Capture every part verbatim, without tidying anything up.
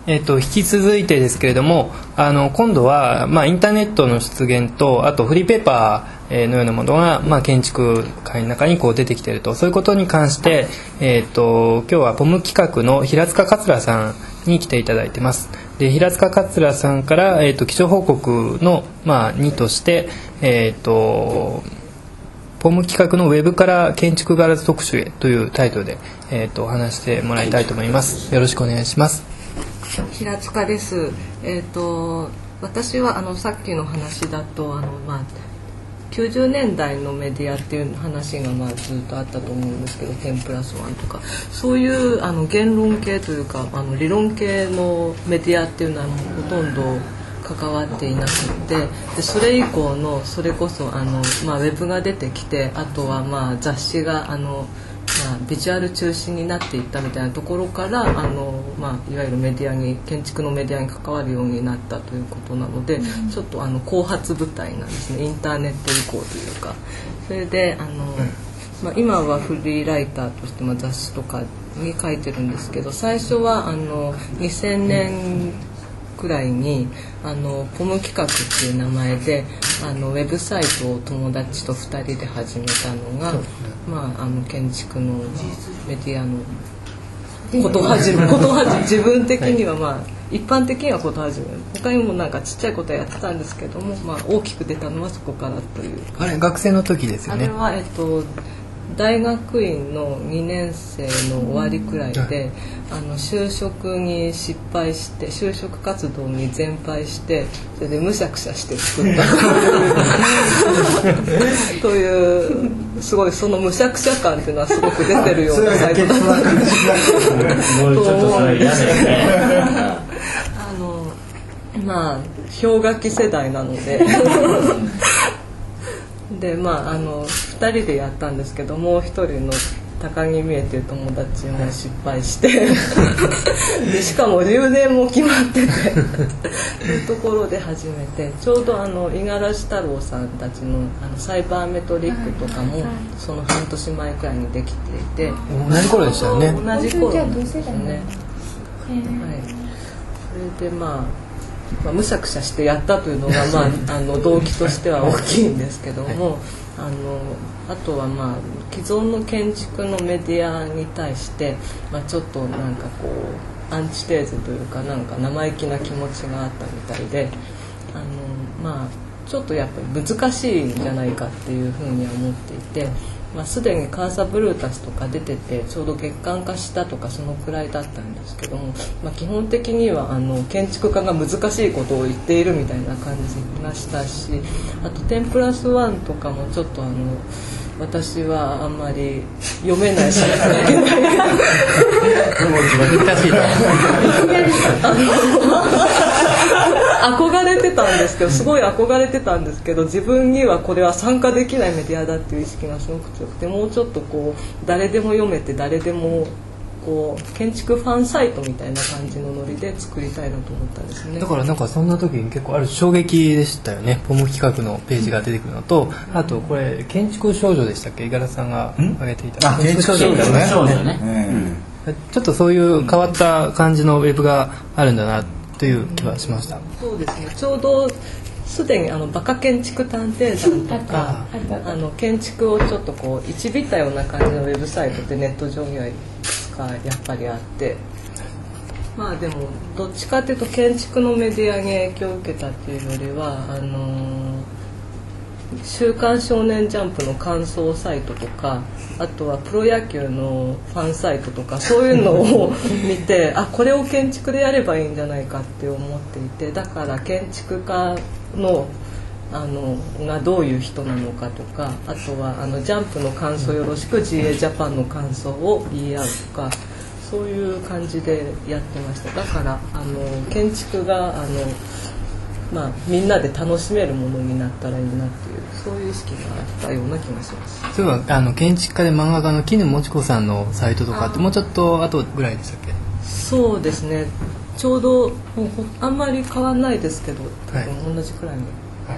えー、と引き続いてですけれども、あの今度は、まあ、インターネットの出現と、あとフリーペーパーのようなものが、まあ、建築界の中にこう出てきていると、そういうことに関して、えー、と今日はポム企画の平塚桂さんに来ていただいてます。で平塚桂さんから、えー、と気象報告の、まあ、にとして、えー、とポム企画のウェブから建築ガラス特集へというタイトルで、えー、と話してもらいたいと思います。よろしくお願いします。 平塚です。えー、と私はあのさっきの話だとあの、まあ、きゅうじゅうねんだいのメディアっていう話がまあずっとあったと思うんですけど、テンプラスワンとかそういうあの言論系というかあの理論系のメディアっていうのはもうほとんど関わっていなくて、でそれ以降のそれこそあの、まあ、ウェブが出てきて、あとはまあ雑誌があのまあ、ビジュアル中心になっていったみたいなところからあの、まあ、いわゆるメディアに建築のメディアに関わるようになったということなので、うん、ちょっとあの後発部隊なんですね。インターネット以降というか、それであの、まあ、今はフリーライターとして、まあ、雑誌とかに書いてるんですけど、最初はあのにせんねんくらいにあのポム企画っていう名前であのウェブサイトを友達とふたりで始めたのが、まあ、あの建築のメディアのこと始めこと始め自分的には、まあ、一般的にはこと始め他にもなんかちっちゃいことはやってたんですけども、まあ、大きく出たのはそこからという。 あれ学生の時ですよね。 あれは、えっと大学院のにねん生の終わりくらいで、あの就職に失敗して就職活動に全敗して、それでむしゃくしゃして作ったというすごいそのむしゃくしゃ感っていうのはすごく出てるようなサイトだったんですと思うんですよね。あのまあ氷河期世代なのででまあ、あのふたりでやったんですけど、もうひとりの高木美恵という友達も失敗してでしかも留年も決まっててというところで始めて、ちょうどあの五十嵐太郎さんたち の, あのサイバーメトリックとかもその半年前くらいにできていて、 同じ頃でしたよね。 同じ頃ですよね。はい、それでまあまあ、むしゃくしゃしてやったというのが、まあ、あの動機としては大きいんですけども、あのあとは、まあ、既存の建築のメディアに対して、まあ、ちょっとなんかこうアンチテーゼというかなんか生意気な気持ちがあったみたいで、あの、まあ、ちょっとやっぱり難しいんじゃないかっていうふうには思っていて、まあ、すでにカーサブルータスとか出ててちょうど月間化したとかそのくらいだったんですけども、まあ、基本的にはあの建築家が難しいことを言っているみたいな感じがしたし、あとテンプラスワンとかもちょっとあの私はあんまり読めないしなきゃいけない難しい憧れてたんですけどすごい憧れてたんですけど自分にはこれは参加できないメディアだっていう意識がすごく強くて、もうちょっとこう誰でも読めて誰でもこう建築ファンサイトみたいな感じのノリで作りたいなと思ったんですね。 だからなんかそんな時に結構ある衝撃でしたよね。ポム企画のページが出てくるのと、うん、あとこれ建築少女でしたっけ、五十嵐さんが挙げていた建築少女ですね、 うん、ちょっとそういう変わった感じのウェブがあるんだなという気はしました、うん、 そうですね。ちょうどすでにあのバカ建築探偵団とかあの建築をちょっとこう一びたような感じのウェブサイトってネット上にはいくつかやっぱりあって、まあでもどっちかというと建築のメディアに影響を受けたっていうよりはあのー週刊少年ジャンプの感想サイトとか、あとはプロ野球のファンサイトとかそういうのを見てあこれを建築でやればいいんじゃないかって思っていて、だから建築家のあのがどういう人なのかとか、あとはあのジャンプの感想よろしく ジーエー ジャパンの感想を言い合うとか、そういう感じでやってました。だからあの建築があのまあ、みんなで楽しめるものになったらいいなっていうそういう意識があったような気がします。 そういえばあの建築家で漫画家の絹もちこさんのサイトとかってもうちょっと後ぐらいでしたっけ？ そうですね。ちょうどもうあんまり変わんないですけど、多分同じくらいの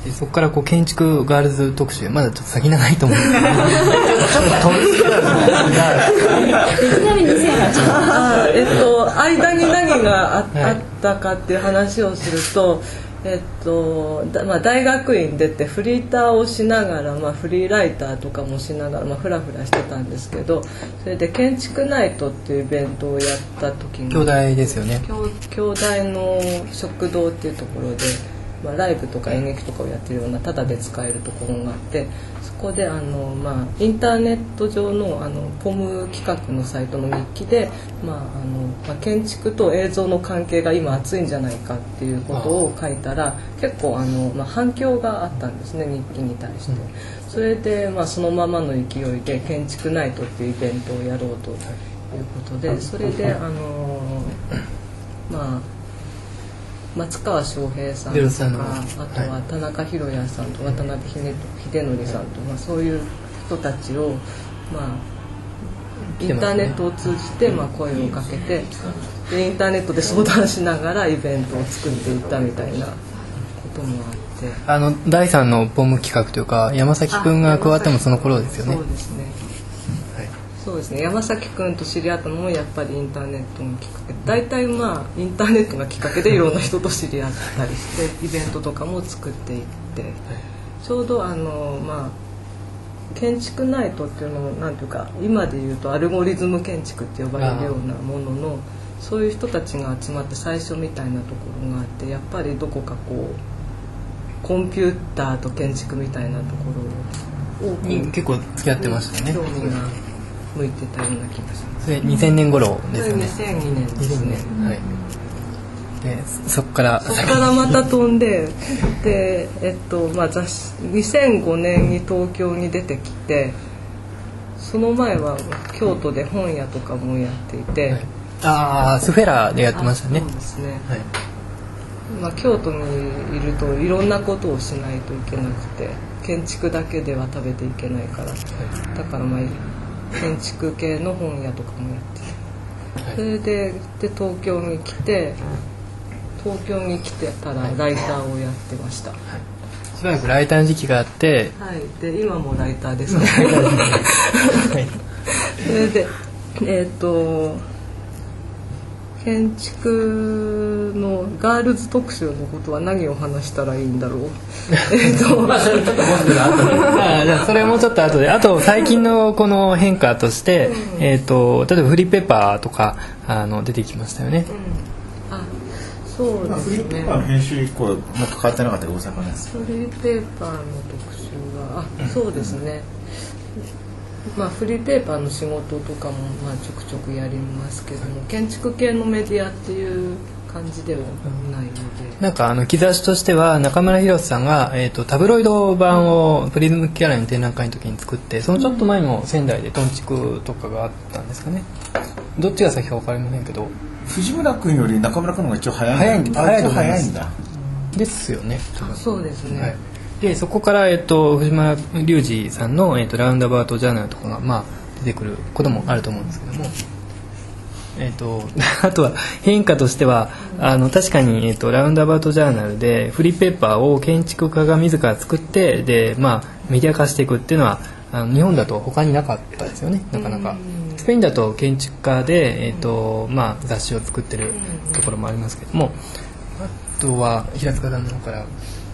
でそこからこう建築ガールズ特集まだちょっと先長いと思うんですけどちょっと飛びつけたちなみににせんはちえっと間に何があ、 はい、 あったかっていう話をすると、えっとだまあ、大学院出てフリーターをしながら、まあ、フリーライターとかもしながら、まあ、フラフラしてたんですけど、それで建築ナイトっていうイベントをやった時に兄弟ですよね。 兄弟の食堂っていうところで、まあ、ライブとか演劇とかをやってるようなタダで使えるところがあって、そこであの、まあ、インターネット上の、あのポム企画のサイトの日記で、まああのまあ、建築と映像の関係が今熱いんじゃないかっていうことを書いたら結構あの、まあ、反響があったんですね、日記に対して。それで、まあ、そのままの勢いで建築ナイトっていうイベントをやろうということで、それであのまあ松川翔平さんとか、あとは田中宏也さんと渡辺秀則さんと、まあ、そういう人たちを、まあ、インターネットを通じて、まあ、声をかけて、でインターネットで相談しながらイベントを作っていったみたいなこともあって、 あのだいさんのポム企画というか山崎くんが加わったのもその頃ですよね。 そうですね、そうですね、山崎くんと知り合ったのもやっぱりインターネットのきっかけ、大体まあインターネットがきっかけでいろんな人と知り合ったりしてイベントとかも作っていって、ちょうどあのまあ建築ナイトっていうのをなんていうか今でいうとアルゴリズム建築って呼ばれるようなものの、そういう人たちが集まって最初みたいなところがあって、やっぱりどこかこうコンピューターと建築みたいなところをに結構付き合ってましたよね。 興味が向いてたような気がします。 それにせんねん頃ですよね。 にせんにねんですね。 はい。でそこからそこからまた飛んで、でえっとまあ雑誌にせんごねんに東京に出てきて、その前は京都で本屋とかもやっていて、はい、 ああスフェラでやってましたね。 そうですね。 はい。 まあ京都にいるといろんなことをしないといけなくて、建築だけでは食べていけないから、はい、だからまあ建築系の本屋とかもやってて、それで、で東京に来て東京に来てたらライターをやってました、はい、 しばらくライターの時期があって、 はい、で今もライターですねはい、それでえっ、ー、と建築のガールズ特集のことは何を話したらいいんだろうえっとまあそれちょっともうすぐ後であじゃあそれもちょっと後で、あと最近のこの変化として、うん、えーと例えばフリーペーパーとかあの出てきましたよね、 うん、あそうですね、フリーペーパーの編集以降なんか変わってなかった大阪のやつ。 フリーペーパーの特集はあそうですね、まあ、フリーペーパーの仕事とかもまあちょくちょくやりますけども、建築系のメディアっていう感じではないので、 なんかあの兆しとしては中村弘さんが、えー、とタブロイド版をプリズムキャラの展覧会の時に作って、そのちょっと前にも仙台でトンチクとかがあったんですかね。どっちが先か分かりませんけど、 藤村君より中村君の方が一応早い早いんで早いと早いんだですよね。 そうですね、 はい、でそこから、えっと、藤間隆二さんの、えっと、ラウンドアバウトジャーナルとかが、まあ、出てくることもあると思うんですけども、えっと、あとは変化としてはあの確かに、えっと、ラウンドアバウトジャーナルでフリーペーパーを建築家が自ら作ってで、まあ、メディア化していくっていうのはあの日本だと他になかったですよね、なかなか。スペインだと建築家で、えっとまあ、雑誌を作ってるところもありますけども、あとは平塚さんの方から。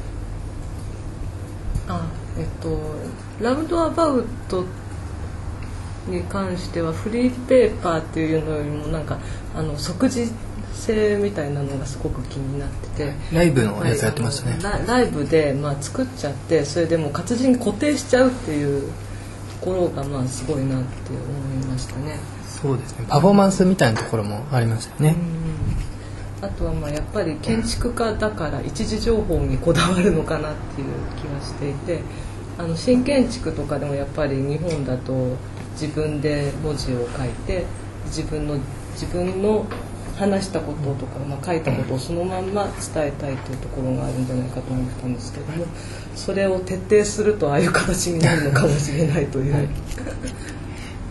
あえっとラウンドアバウトに関してはフリーペーパーっていうのよりもなんかあの即時性みたいなのがすごく気になってて、 ライブのやつやってましたね。 ラ, ライブで、まあ、作っちゃってそれでもう活字に固定しちゃうっていうところがまあすごいなって思いましたね。 そうですね、パフォーマンスみたいなところもありましたよね。 あとはまあやっぱり建築家だから一時情報にこだわるのかなっていう気がしていて、あの新建築とかでもやっぱり日本だと自分で文字を書いて自分の自分の話したこととか、まあ、書いたことをそのまんま伝えたいというところがあるんじゃないかと思ったんですけども、それを徹底するとああいう形になるのかもしれないという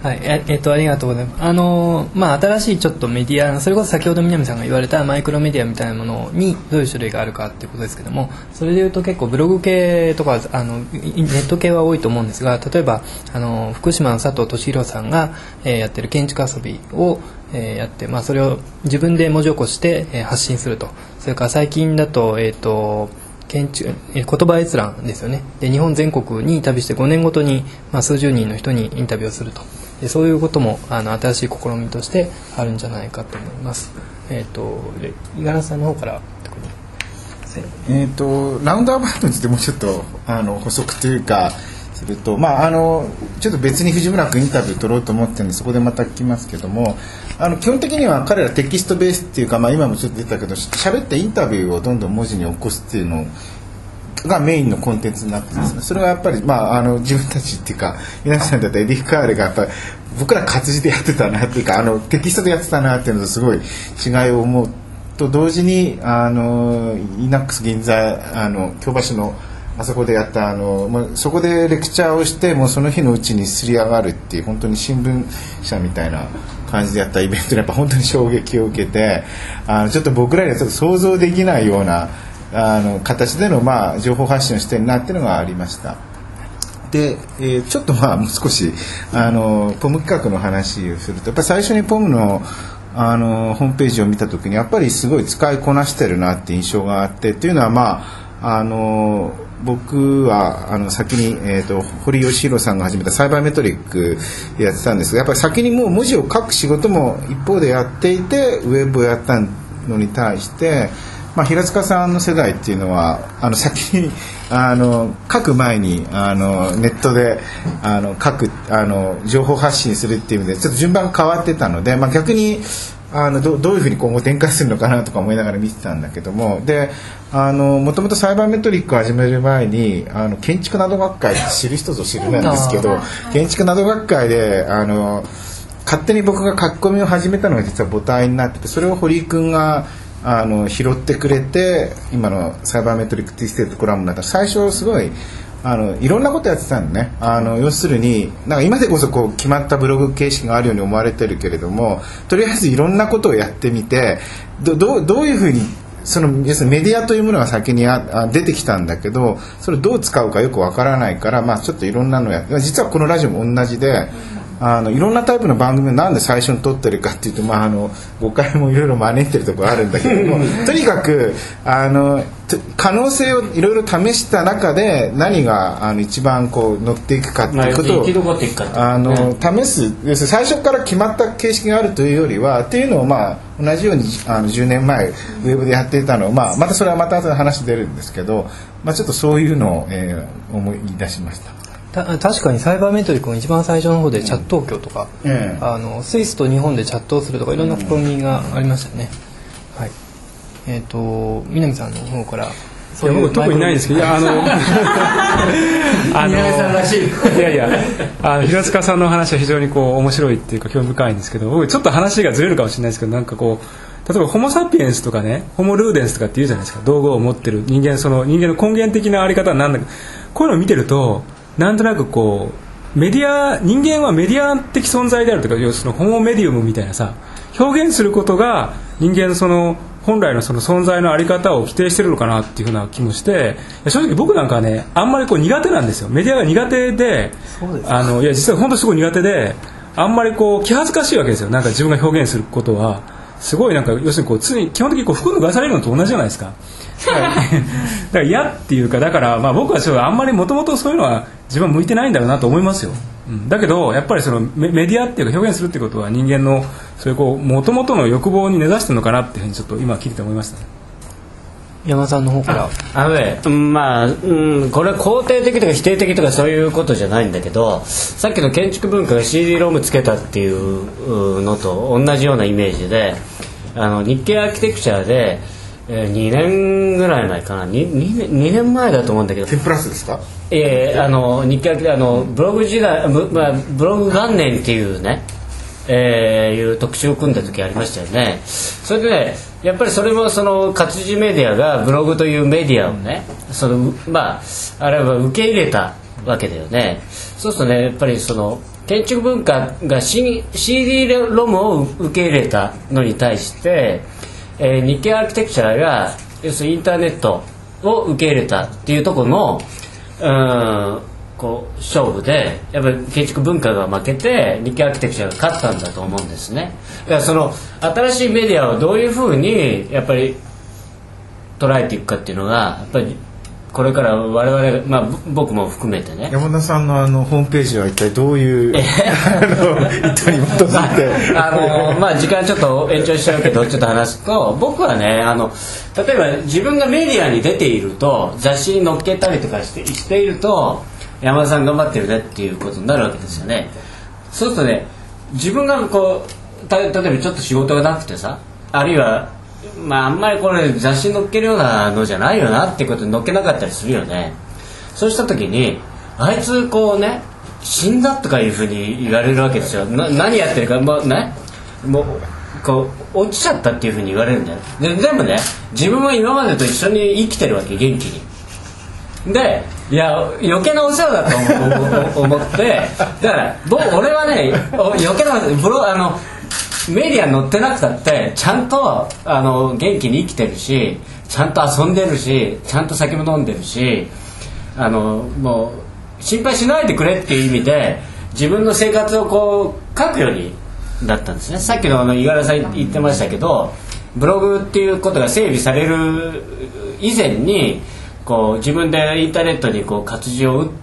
はい、ええっとありがとうございます。あのまあ新しいちょっとメディア、それこそ先ほど南さんが言われたマイクロメディアみたいなものにどういう種類があるかっていうことですけども、それでいうと結構ブログ系とかあのネット系は多いと思うんですが、例えばあの福島の佐藤俊弘さんが、えー、やってる建築遊びを、えー、やって、まあ、それを自分で文字起こして、えー、発信すると。それから最近だと、えっと建築言葉閲覧ですよね。で日本全国に旅してごねんごとに、まあ、数十人の人にインタビューをすると。でそういうこともあの新しい試みとしてあるんじゃないかと思います。えっ、ー、と五十嵐さんの方から特に。 えっ、ー、とラウンドアバウトについてもうちょっとあの補足というかすると、まああのちょっと別に藤村君インタビュー取ろうと思ってるんでそこでまた聞きますけども、あの基本的には彼らテキストベースっていうか、まあ今もちょっと出たけど喋ってインタビューをどんどん文字に起こすっていうのをがメインのコンテンツになってですね、それはやっぱり、まあ、あの自分たちっていうか皆さんだったらエディ・フカーレがやっぱり僕ら活字でやってたなっていうかあのテキストでやってたなっていうのとすごい違いを思うと同時にあのイナックス銀座あの京橋のあそこでやったあの、まあ、そこでレクチャーをしてもうその日のうちにすり上がるっていう本当に新聞社みたいな感じでやったイベントでやっぱ本当に衝撃を受けて、あのちょっと僕らにはちょっと想像できないようなあの形での、まあ、情報発信をしてるなっていうのがありました。で、えー、ちょっとまあもう少しあのポム企画の話をするとやっぱり最初にポムのあのホームページを見た時にやっぱりすごい使いこなしてるなって印象があって、っていうのはまああの僕はあの先に、えー、と堀義弘さんが始めたサイバーメトリックでやってたんですが、やっぱり先にもう文字を書く仕事も一方でやっていてウェブをやったのに対してまあ、平塚さんの世代っていうのはあの先にあの書く前にあのネットであの書くあの情報発信するっていう意味でちょっと順番が変わってたので、まあ、逆にあの ど, どういうふうに今後展開するのかなとか思いながら見てたんだけども、であのもともとサイバーメトリックを始める前にあの建築など学会って知る人ぞ知るなんですけど建築など学会であの勝手に僕が書き込みを始めたのが実は母体になってて、それを堀井君があの拾ってくれて今のサイバーメトリックティステッドコラムになった。最初すごいあのいろんなことやってたのね。あの要するになんか今でこそこう決まったブログ形式があるように思われてるけれども、とりあえずいろんなことをやってみて ど, ど, どういうふうにその要するにメディアというものが先にあ出てきたんだけど、それをどう使うかよくわからないから、まあ、ちょっといろんなのをやって、実はこのラジオも同じであのいろんなタイプの番組をなんで最初に撮ってるかっていうと、まあ、あの誤解もいろいろ招いてるところあるんだけどもとにかくあの可能性をいろいろ試した中で何があの一番こう乗っていくかっていうことをあの試す、要するに最初から決まった形式があるというよりはっていうのを、まあ、同じようにあのじゅうねんまえウェブでやっていたのを、まあ、またそれはまた後で話出るんですけど、まあ、ちょっとそういうのを、えー、思い出しました。 た確かにサイバーメトリックの一番最初の方でチャット東京とか、うん、あのスイスと日本でチャットをするとかいろんな試みがありましたね、うん、はい。えっ、ー、と南さんの方からそういう僕特にないんですけど、いやあのあの南さんらしいいやいやあの平塚さんの話は非常にこう面白いっていうか興味深いんですけど、僕ちょっと話がずれるかもしれないですけど、なんかこう例えばホモサピエンスとかねホモルーデンスとかって言うじゃないですか。道具を持ってる人間、その人間の根源的なあり方は何だか、こういうのを見てるとなんとなくこうメディア人間はメディア的存在であるとか、要するにホモメディウムみたいなさ表現することが人間のその本来のその存在のあり方を否定してるのかなっていうふうな気もして、正直僕なんかはねあんまりこう苦手なんですよ。メディアが苦手で、あのいや実は本当にすごい苦手で、あんまりこう気恥ずかしいわけですよ。なんか自分が表現することはすごいなんか要するにこう常に基本的にこう服脱がされるのと同じじゃないですか。だから嫌っていうか、だからまあ僕はちょっとあんまりもともとそういうのは自分は向いてないんだろうなと思いますよ、うん、だけどやっぱりその メ, メディアっていうか表現するっていうことは人間のそういうこう元々の欲望に根ざしてるのかなっていうふうにちょっと今聞いて思いましたね。 山田さんの方から。 あのね、まあ、うん、これ肯定的とか否定的とかそういうことじゃないんだけど、さっきの建築文化が シーディー ロームつけたっていうのと同じようなイメージで、あの日経アーキテクチャでにねんぐらい前かな 2, 2, 2年前だと思うんだけど、 テンプラスですか。 えー、あの日経あのブログ時代、まあ、ブログ元年っていうね、えー、いう特集を組んだ時ありましたよね。それでね、やっぱりそれもその活字メディアがブログというメディアをね、そのまああれは受け入れたわけだよね。そうするとね、やっぱりその建築文化が シーディー ロムを受け入れたのに対して、えー、日経アーキテクチャが要するにインターネットを受け入れたっていうところのうーんこう勝負でやっぱり建築文化が負けて日経アーキテクチャが勝ったんだと思うんですね。だからその新しいメディアをどういうふうにやっぱり捉えていくかっていうのがやっぱりこれから我々、まあ、僕も含めてね。 山田さんのあのホームページは一体どういうあの意図に基づいてあの、まあ、時間ちょっと延長しちゃうけどちょっと話すと、僕はねあの例えば自分がメディアに出ていると雑誌に載っけたりとかして、していると山田さん頑張ってるねっていうことになるわけですよね。そうするとね自分がこうた例えばちょっと仕事がなくてさ、あるいはまあ、あんまりこれ雑誌に載っけるようなのじゃないよなっていうことに載っけなかったりするよね。そうした時にあいつこうね死んだとかいうふうに言われるわけですよ。な何やってるかもうねもうこう落ちちゃったっていうふうに言われるんだよ。ででもね自分は今までと一緒に生きてるわけ、元気に。でいや余計なお世話だと思ってだから僕俺はね余計なブロあのメディアに載ってなくたってちゃんとあの元気に生きてるし、ちゃんと遊んでるし、ちゃんと酒も飲んでるし、あのもう心配しないでくれっていう意味で自分の生活をこう書くようになったんですね。さっきのあの五十嵐さん言ってましたけど、ブログっていうことが整備される以前にこう自分でインターネットにこう活字を打って、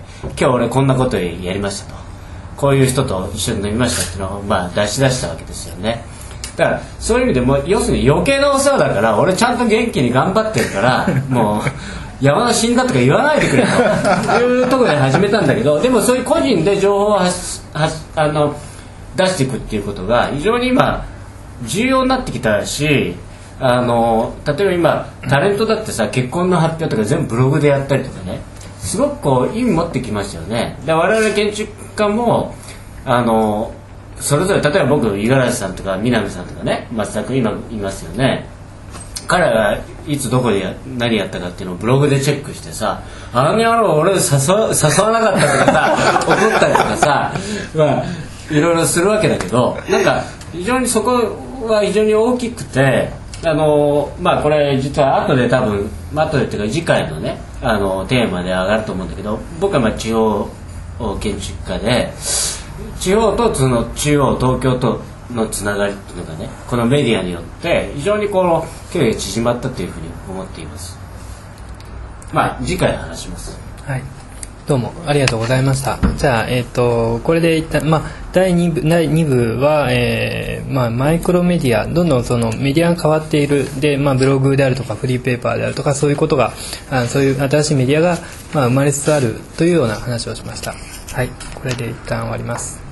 今日俺こんなことやりましたと、こういう人と一緒に飲みましたっていうのをまあ出し出したわけですよね。だからそういう意味でも要するに余計なお世話だから、俺ちゃんと元気に頑張ってるからもう山田死んだとか言わないでくれというところで始めたんだけど、でもそういう個人で情報を発発あの出していくっていうことが非常に今重要になってきたし、あの例えば今タレントだってさ、結婚の発表とか全部ブログでやったりとかね、すごくこう意味持ってきましたよね。で我々建築家もあのそれぞれ、例えば僕五十嵐さんとか南さんとかね、松田君今いますよね。彼らがいつどこでや何やったかっていうのをブログでチェックしてさ、あの野郎俺誘わ、誘わなかったとかさ怒ったりとかさ、まあいろいろするわけだけど、なんか非常にそこは非常に大きくて、あのまあこれ実は後で多分後でっていうか次回のねあのテーマで上がると思うんだけど、僕はまあ地方建築家で、地方とその中央東京とのつながりっていうのがね、このメディアによって非常にこの距離が縮まったというふうに思っています。まあ次回話します。 はい、どうもありがとうございました。じゃあ、えー、とこれで一旦、まあ、だいに部、だいに部は、えーまあ、マイクロメディア、どんどんそのメディアが変わっているで、まあ、ブログであるとかフリーペーパーであるとか、そういうことがあそういう新しいメディアが、まあ、生まれつつあるというような話をしました。はい、これで一旦終わります。